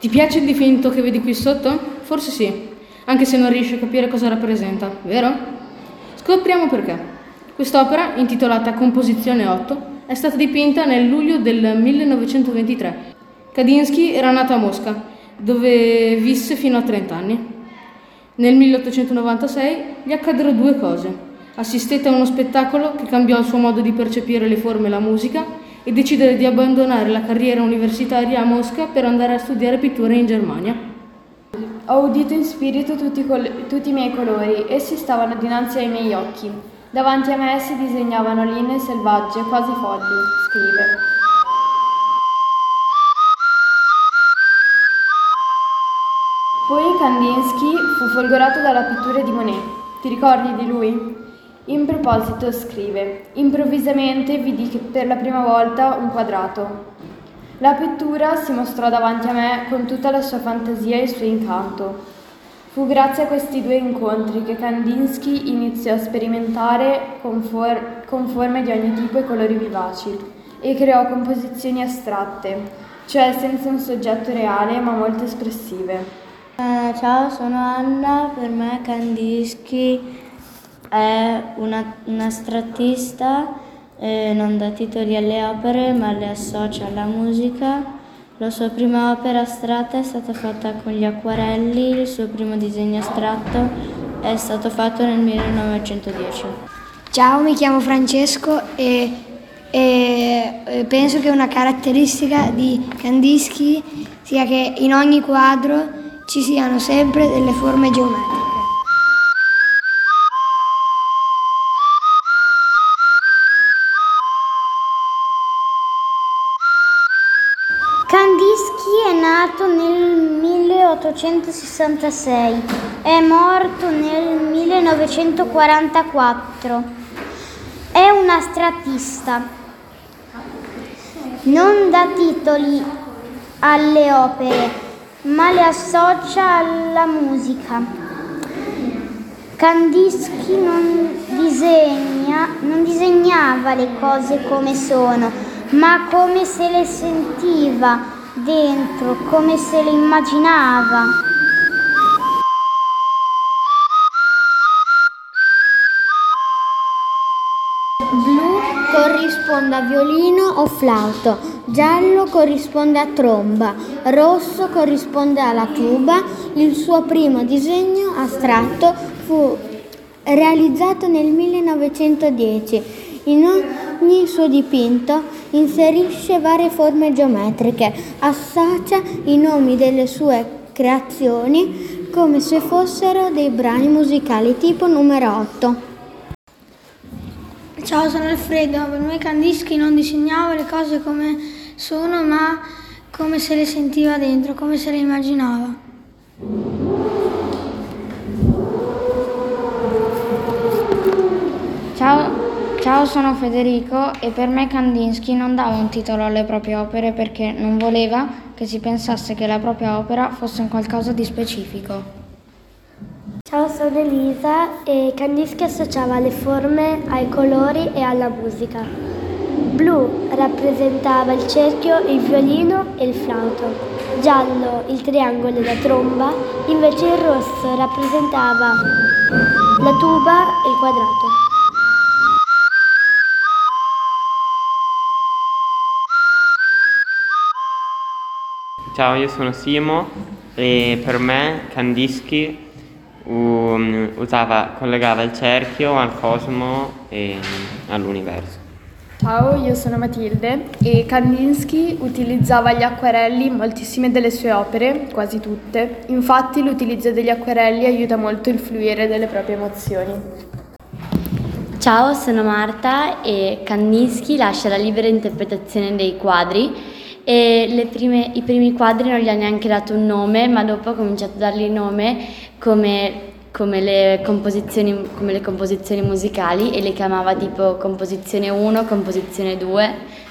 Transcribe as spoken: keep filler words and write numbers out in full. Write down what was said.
Ti piace il dipinto che vedi qui sotto? Forse sì, anche se non riesci a capire cosa rappresenta, vero? Scopriamo perché. Quest'opera, intitolata Composizione otto, è stata dipinta nel luglio del millenovecentoventitré. Kandinsky era nato a Mosca, dove visse fino a trenta anni. Nel milleottocentonovantasei gli accaddero due cose. Assistette a uno spettacolo che cambiò il suo modo di percepire le forme e la musica e decidere di abbandonare la carriera universitaria a Mosca per andare a studiare pittura in Germania. Ho udito in spirito tutti, col- tutti i miei colori, essi stavano dinanzi ai miei occhi. Davanti a me si disegnavano linee selvagge, quasi folli, scrive. Poi Kandinsky fu folgorato dalla pittura di Monet. Ti ricordi di lui? In proposito, scrive, improvvisamente vidi che per la prima volta un quadrato. La pittura si mostrò davanti a me con tutta la sua fantasia e il suo incanto. Fu grazie a questi due incontri che Kandinsky iniziò a sperimentare con, for- con forme di ogni tipo e colori vivaci e creò composizioni astratte, cioè senza un soggetto reale ma molto espressive. Eh, ciao, sono Anna. Per me Kandinsky è una, un astrattista, eh, non dà titoli alle opere ma le associa alla musica. La sua prima opera astratta è stata fatta con gli acquarelli, il suo primo disegno astratto è stato fatto nel millenovecentodieci. Ciao, mi chiamo Francesco e, e, e penso che una caratteristica di Kandinsky sia che in ogni quadro ci siano sempre delle forme geometriche. Kandinsky è nato nel milleottocentosessantasei, è morto nel millenovecentoquarantaquattro. È un astrattista. Non dà titoli alle opere, ma le associa alla musica. Kandinsky non disegna, non disegnava le cose come sono, ma come se le sentiva dentro, come se le immaginava. Blu corrisponde a violino o flauto, giallo corrisponde a tromba, rosso corrisponde alla tuba. Il suo primo disegno astratto fu realizzato nel millenovecentodieci. In ogni suo dipinto inserisce varie forme geometriche, associa i nomi delle sue creazioni come se fossero dei brani musicali, tipo numero otto. Ciao, sono Alfredo. Per me Kandinsky non disegnava le cose come sono, ma come se le sentiva dentro, come se le immaginava. Ciao. Ciao, sono Federico e per me Kandinsky non dava un titolo alle proprie opere perché non voleva che si pensasse che la propria opera fosse un qualcosa di specifico. Ciao, sono Elisa e Kandinsky associava le forme ai colori e alla musica. Blu rappresentava il cerchio, il violino e il flauto. Giallo il triangolo e la tromba, invece il rosso rappresentava la tuba e il quadrato. Ciao, io sono Simo e per me Kandinsky um, usava, collegava il cerchio al cosmo e all'universo. Ciao, io sono Matilde e Kandinsky utilizzava gli acquerelli in moltissime delle sue opere, quasi tutte. Infatti l'utilizzo degli acquerelli aiuta molto il fluire delle proprie emozioni. Ciao, sono Marta e Kandinsky lascia la libera interpretazione dei quadri e le prime, i primi quadri non gli ha neanche dato un nome, ma dopo ha cominciato a dargli nome come, come, le composizioni, come le composizioni musicali e le chiamava tipo composizione uno, composizione due